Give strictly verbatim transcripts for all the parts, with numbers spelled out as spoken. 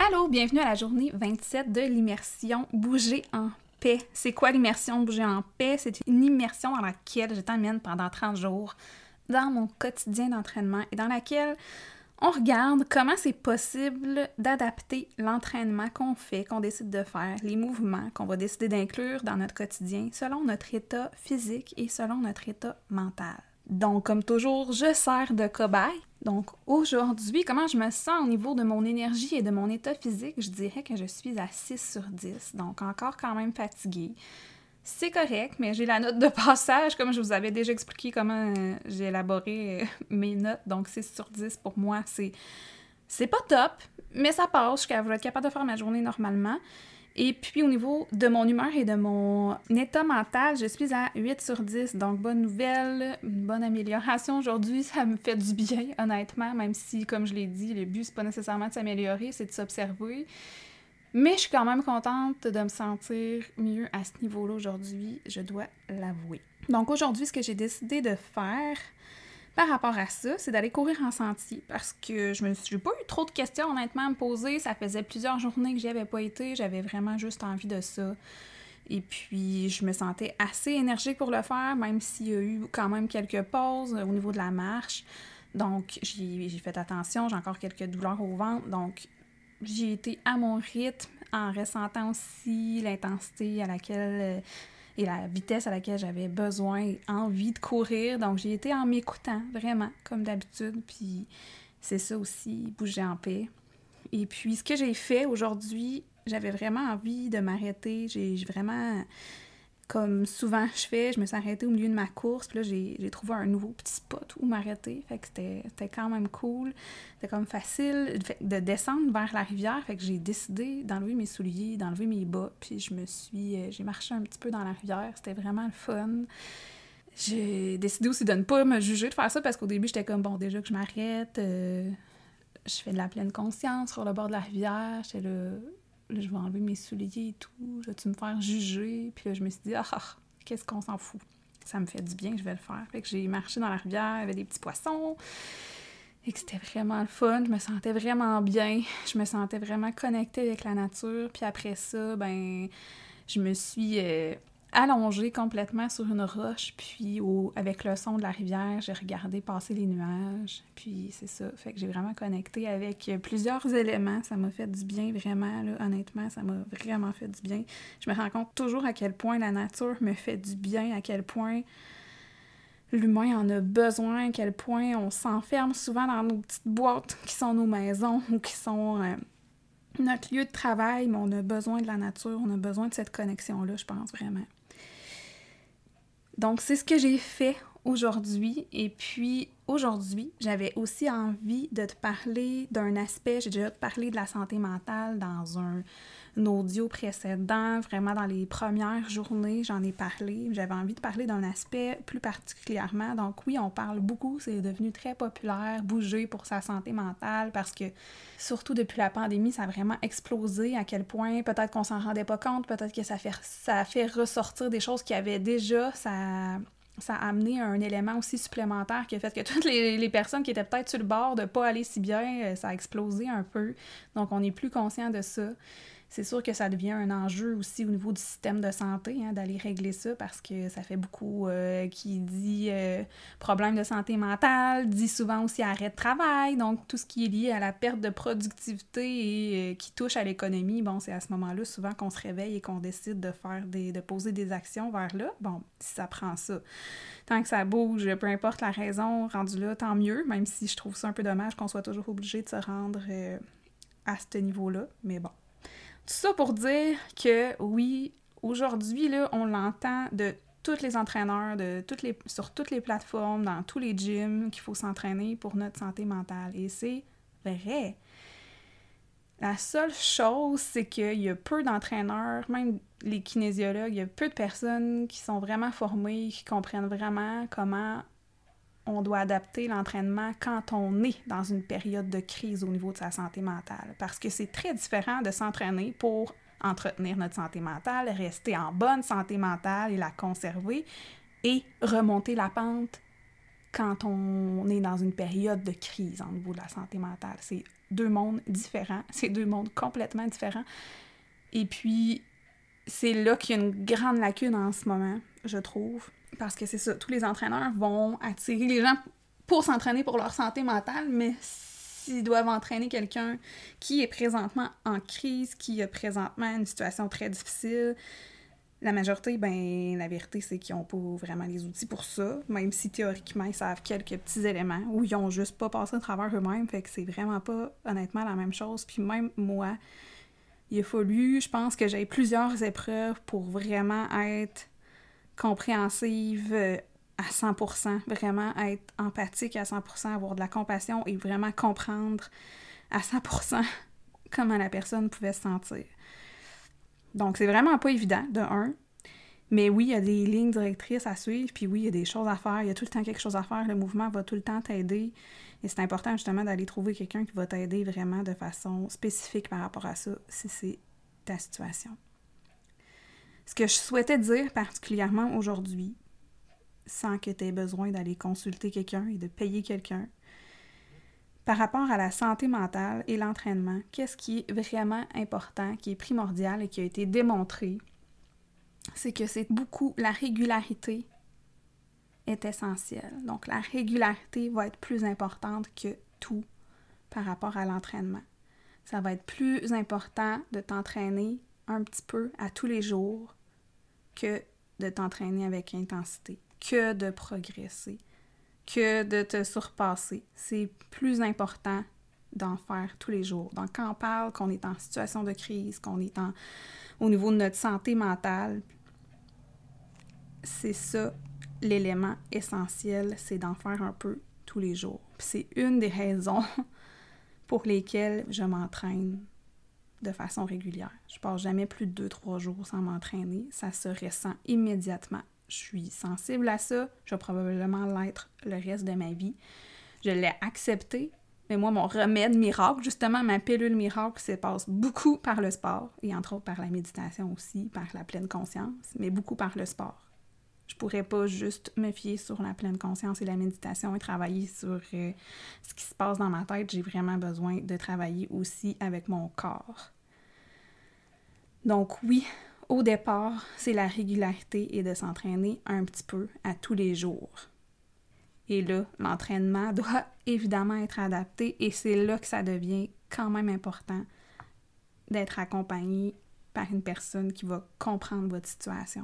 Allô, bienvenue à la journée vingt-sept de l'immersion Bouger en paix. C'est quoi l'immersion Bouger en paix? C'est une immersion dans laquelle je t'amène pendant trente jours dans mon quotidien d'entraînement et dans laquelle on regarde comment c'est possible d'adapter l'entraînement qu'on fait, qu'on décide de faire, les mouvements qu'on va décider d'inclure dans notre quotidien selon notre état physique et selon notre état mental. Donc, comme toujours, je sers de cobaye. Donc, aujourd'hui, comment je me sens au niveau de mon énergie et de mon état physique? Je dirais que je suis à six sur dix, donc encore quand même fatiguée. C'est correct, mais j'ai la note de passage, comme je vous avais déjà expliqué comment euh, j'ai élaboré euh, mes notes. Donc, six sur dix, pour moi, c'est, c'est pas top, mais ça passe. Je vais être capable de faire ma journée normalement. Et puis, au niveau de mon humeur et de mon état mental, je suis à huit sur dix. Donc, bonne nouvelle, une bonne amélioration aujourd'hui. Ça me fait du bien, honnêtement, même si, comme je l'ai dit, le but, c'est pas nécessairement de s'améliorer, c'est de s'observer. Mais je suis quand même contente de me sentir mieux à ce niveau-là aujourd'hui, je dois l'avouer. Donc, aujourd'hui, ce que j'ai décidé de faire par rapport à ça, c'est d'aller courir en sentier parce que je me suis j'ai pas eu trop de questions honnêtement à me poser. Ça faisait plusieurs journées que j'y avais pas été. J'avais vraiment juste envie de ça. Et puis, je me sentais assez énergique pour le faire, même s'il y a eu quand même quelques pauses au niveau de la marche. Donc, j'ai, j'ai fait attention. J'ai encore quelques douleurs au ventre. Donc, j'ai été à mon rythme en ressentant aussi l'intensité à laquelle... et la vitesse à laquelle j'avais besoin et envie de courir. Donc, j'ai été en m'écoutant, vraiment, comme d'habitude. Puis, c'est ça aussi, bouger en paix. Et puis, ce que j'ai fait aujourd'hui, j'avais vraiment envie de m'arrêter. J'ai, j'ai vraiment, comme souvent je fais, je me suis arrêtée au milieu de ma course. Puis là, j'ai, j'ai trouvé un nouveau petit spot où m'arrêter. Fait que c'était, c'était quand même cool. C'était comme facile de descendre vers la rivière. Fait que j'ai décidé d'enlever mes souliers, d'enlever mes bas. Puis je me suis... J'ai marché un petit peu dans la rivière. C'était vraiment le fun. J'ai décidé aussi de ne pas me juger de faire ça parce qu'au début, j'étais comme, bon, déjà que je m'arrête, euh, je fais de la pleine conscience sur le bord de la rivière. J'étais là... Là, je vais enlever mes souliers et tout. Vas-tu me faire juger? Puis là, je me suis dit, ah, ah, qu'est-ce qu'on s'en fout? Ça me fait du bien, je vais le faire. Fait que j'ai marché dans la rivière, il y avait des petits poissons. Et que c'était vraiment le fun. Je me sentais vraiment bien. Je me sentais vraiment connectée avec la nature. Puis après ça, ben, je me suis euh, allongée complètement sur une roche. Puis au, avec le son de la rivière, j'ai regardé passer les nuages. Puis c'est ça. Fait que j'ai vraiment connecté avec plusieurs éléments. Ça m'a fait du bien, vraiment. Là, honnêtement, ça m'a vraiment fait du bien. Je me rends compte toujours à quel point la nature me fait du bien, à quel point l'humain en a besoin, à quel point on s'enferme souvent dans nos petites boîtes qui sont nos maisons ou qui sont euh, notre lieu de travail, mais on a besoin de la nature, on a besoin de cette connexion-là, je pense vraiment. Donc, c'est ce que j'ai fait aujourd'hui. Et puis, aujourd'hui, j'avais aussi envie de te parler d'un aspect, j'ai déjà parlé de la santé mentale dans un, un audio précédent, vraiment dans les premières journées, j'en ai parlé. J'avais envie de parler d'un aspect plus particulièrement. Donc oui, on parle beaucoup, c'est devenu très populaire, bouger pour sa santé mentale, parce que surtout depuis la pandémie, ça a vraiment explosé, à quel point peut-être qu'on s'en rendait pas compte, peut-être que ça fait, ça fait ressortir des choses qui avaient déjà, ça... ça a amené un élément aussi supplémentaire qui a fait que toutes les, les personnes qui étaient peut-être sur le bord de pas aller si bien, ça a explosé un peu. Donc, on est plus conscient de ça. C'est sûr que ça devient un enjeu aussi au niveau du système de santé, hein, d'aller régler ça, parce que ça fait beaucoup euh, qui dit euh, problème de santé mentale, dit souvent aussi arrêt de travail, donc tout ce qui est lié à la perte de productivité et euh, qui touche à l'économie, bon, c'est à ce moment-là souvent qu'on se réveille et qu'on décide de faire des, de poser des actions vers là. Bon, si ça prend ça. Tant que ça bouge, peu importe la raison, rendu là, tant mieux, même si je trouve ça un peu dommage qu'on soit toujours obligé de se rendre euh, à ce niveau-là, mais bon. Tout ça pour dire que, oui, aujourd'hui, là, on l'entend de tous les entraîneurs, de toutes les, sur toutes les plateformes, dans tous les gyms, qu'il faut s'entraîner pour notre santé mentale. Et c'est vrai. La seule chose, c'est qu'il y a peu d'entraîneurs, même les kinésiologues, il y a peu de personnes qui sont vraiment formées, qui comprennent vraiment comment on doit adapter l'entraînement quand on est dans une période de crise au niveau de sa santé mentale. Parce que c'est très différent de s'entraîner pour entretenir notre santé mentale, rester en bonne santé mentale et la conserver, et remonter la pente quand on est dans une période de crise au niveau de la santé mentale. C'est deux mondes différents. C'est deux mondes complètement différents. Et puis, c'est là qu'il y a une grande lacune en ce moment, je trouve. Parce que c'est ça, tous les entraîneurs vont attirer les gens pour s'entraîner pour leur santé mentale, mais s'ils doivent entraîner quelqu'un qui est présentement en crise, qui a présentement une situation très difficile, la majorité, ben la vérité, c'est qu'ils n'ont pas vraiment les outils pour ça, même si théoriquement, ils savent quelques petits éléments, ou ils n'ont juste pas passé à travers eux-mêmes, fait que c'est vraiment pas, honnêtement, la même chose. Puis même moi, il a fallu, je pense que j'ai plusieurs épreuves pour vraiment être compréhensive à cent pour cent, vraiment être empathique à cent pour cent, avoir de la compassion et vraiment comprendre à cent pour cent comment la personne pouvait se sentir. Donc, c'est vraiment pas évident, de un. Mais oui, il y a des lignes directrices à suivre, puis oui, il y a des choses à faire, il y a tout le temps quelque chose à faire, le mouvement va tout le temps t'aider, et c'est important justement d'aller trouver quelqu'un qui va t'aider vraiment de façon spécifique par rapport à ça, si c'est ta situation. Ce que je souhaitais dire particulièrement aujourd'hui, sans que tu aies besoin d'aller consulter quelqu'un et de payer quelqu'un, par rapport à la santé mentale et l'entraînement, qu'est-ce qui est vraiment important, qui est primordial et qui a été démontré, c'est que c'est beaucoup la régularité est essentielle. Donc la régularité va être plus importante que tout par rapport à l'entraînement. Ça va être plus important de t'entraîner un petit peu à tous les jours que de t'entraîner avec intensité, que de progresser, que de te surpasser. C'est plus important d'en faire tous les jours. Donc, quand on parle qu'on est en situation de crise, qu'on est en, au niveau de notre santé mentale, c'est ça l'élément essentiel, c'est d'en faire un peu tous les jours. Puis c'est une des raisons pour lesquelles je m'entraîne de façon régulière. Je passe jamais plus de deux trois jours sans m'entraîner. Ça se ressent immédiatement. Je suis sensible à ça. Je vais probablement l'être le reste de ma vie. Je l'ai accepté. Mais moi, mon remède miracle, justement, ma pilule miracle, ça passe beaucoup par le sport. Et entre autres par la méditation aussi, par la pleine conscience, mais beaucoup par le sport. Je pourrais pas juste me fier sur la pleine conscience et la méditation et travailler sur euh, ce qui se passe dans ma tête. J'ai vraiment besoin de travailler aussi avec mon corps. Donc oui, au départ, c'est la régularité et de s'entraîner un petit peu à tous les jours. Et là, l'entraînement doit évidemment être adapté et c'est là que ça devient quand même important d'être accompagné par une personne qui va comprendre votre situation.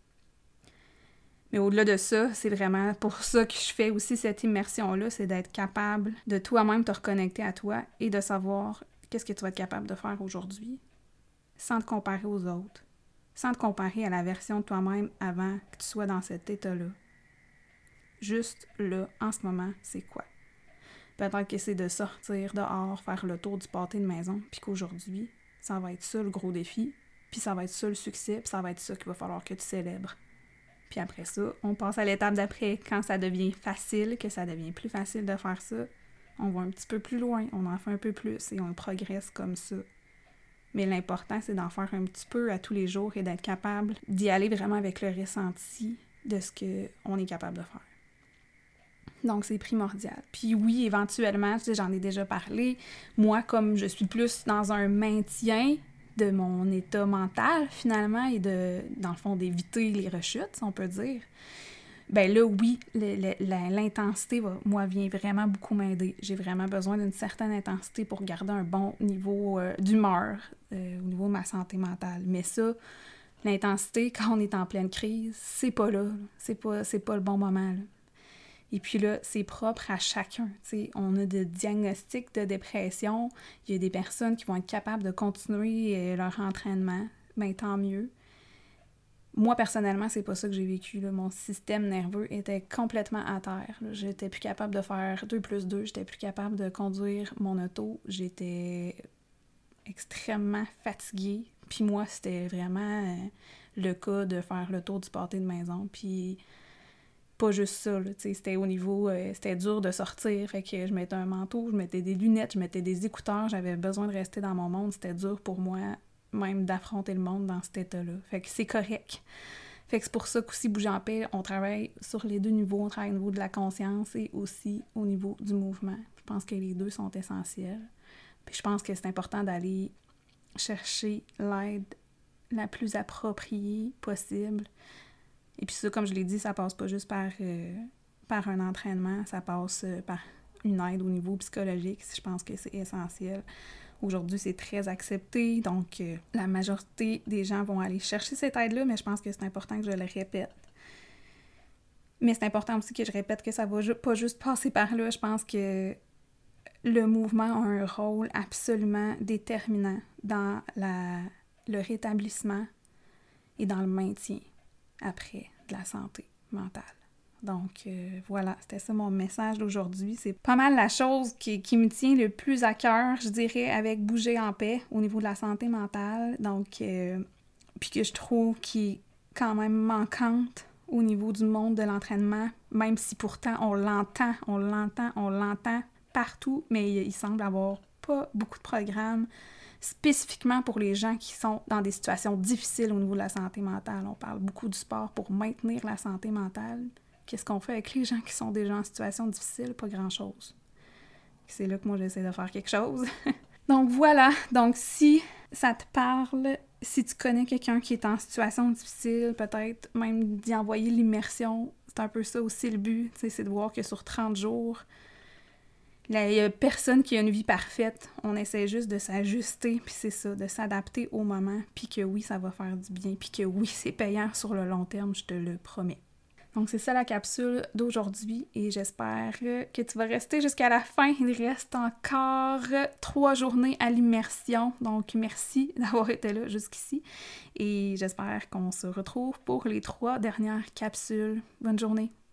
Mais au-delà de ça, c'est vraiment pour ça que je fais aussi cette immersion-là, c'est d'être capable de toi-même te reconnecter à toi et de savoir qu'est-ce que tu vas être capable de faire aujourd'hui sans te comparer aux autres, sans te comparer à la version de toi-même avant que tu sois dans cet état-là. Juste là, en ce moment, c'est quoi? Peut-être que c'est de sortir dehors, faire le tour du pâté de maison, puis qu'aujourd'hui, ça va être ça le gros défi, puis ça va être ça le succès, puis ça va être ça qu'il va falloir que tu célèbres. Puis après ça, on passe à l'étape d'après, quand ça devient facile, que ça devient plus facile de faire ça, on va un petit peu plus loin, on en fait un peu plus et on progresse comme ça. Mais l'important, c'est d'en faire un petit peu à tous les jours et d'être capable d'y aller vraiment avec le ressenti de ce qu'on est capable de faire. Donc, c'est primordial. Puis oui, éventuellement, tu sais, j'en ai déjà parlé, moi, comme je suis plus dans un maintien de mon état mental, finalement, et de, dans le fond, d'éviter les rechutes, si on peut dire, ben là, oui, le, le, la, l'intensité, va, moi, vient vraiment beaucoup m'aider. J'ai vraiment besoin d'une certaine intensité pour garder un bon niveau euh, d'humeur euh, au niveau de ma santé mentale. Mais ça, l'intensité, quand on est en pleine crise, c'est pas là. C'est pas, c'est pas le bon moment, là. Et puis là, c'est propre à chacun. T'sais, on a des diagnostics de dépression. Il y a des personnes qui vont être capables de continuer leur entraînement. Bien, tant mieux. Moi, personnellement, c'est pas ça que j'ai vécu, là. Mon système nerveux était complètement à terre, là. J'étais plus capable de faire deux plus deux. J'étais plus capable de conduire mon auto. J'étais extrêmement fatiguée. Puis moi, c'était vraiment euh, le cas de faire le tour du pâté de maison. Puis pas juste ça, là, c'était au niveau, euh, c'était dur de sortir, fait que je mettais un manteau, je mettais des lunettes, je mettais des écouteurs, j'avais besoin de rester dans mon monde, c'était dur pour moi même d'affronter le monde dans cet état-là, fait que c'est correct. Fait que c'est pour ça qu'aussi Bouger en paix, on travaille sur les deux niveaux, on travaille au niveau de la conscience et aussi au niveau du mouvement. Je pense que les deux sont essentiels. Puis je pense que c'est important d'aller chercher l'aide la plus appropriée possible. Et puis ça, comme je l'ai dit, ça passe pas juste par, euh, par un entraînement, ça passe euh, par une aide au niveau psychologique. Je pense que c'est essentiel. Aujourd'hui, c'est très accepté, donc euh, la majorité des gens vont aller chercher cette aide-là, mais je pense que c'est important que je le répète. Mais c'est important aussi que je répète que ça va ju- pas juste passer par là. Je pense que le mouvement a un rôle absolument déterminant dans la, le rétablissement et dans le maintien après de la santé mentale. Donc euh, voilà, c'était ça mon message d'aujourd'hui. C'est pas mal la chose qui, qui me tient le plus à cœur, je dirais, avec Bouger en paix au niveau de la santé mentale. Donc, euh, puis que je trouve qui est quand même manquante au niveau du monde de l'entraînement, même si pourtant on l'entend, on l'entend, on l'entend partout, mais il semble avoir pas beaucoup de programmes spécifiquement pour les gens qui sont dans des situations difficiles au niveau de la santé mentale. On parle beaucoup du sport pour maintenir la santé mentale. Qu'est-ce qu'on fait avec les gens qui sont déjà en situation difficile? Pas grand-chose. C'est là que moi, j'essaie de faire quelque chose. Donc voilà, donc si ça te parle, si tu connais quelqu'un qui est en situation difficile, peut-être même d'y envoyer l'immersion, c'est un peu ça aussi le but, c'est de voir que sur trente jours, il n'y a personne qui a une vie parfaite. On essaie juste de s'ajuster, puis c'est ça, de s'adapter au moment, puis que oui, ça va faire du bien, puis que oui, c'est payant sur le long terme, je te le promets. Donc c'est ça la capsule d'aujourd'hui, et j'espère que tu vas rester jusqu'à la fin. Il reste encore trois journées à l'immersion, donc merci d'avoir été là jusqu'ici, et j'espère qu'on se retrouve pour les trois dernières capsules. Bonne journée!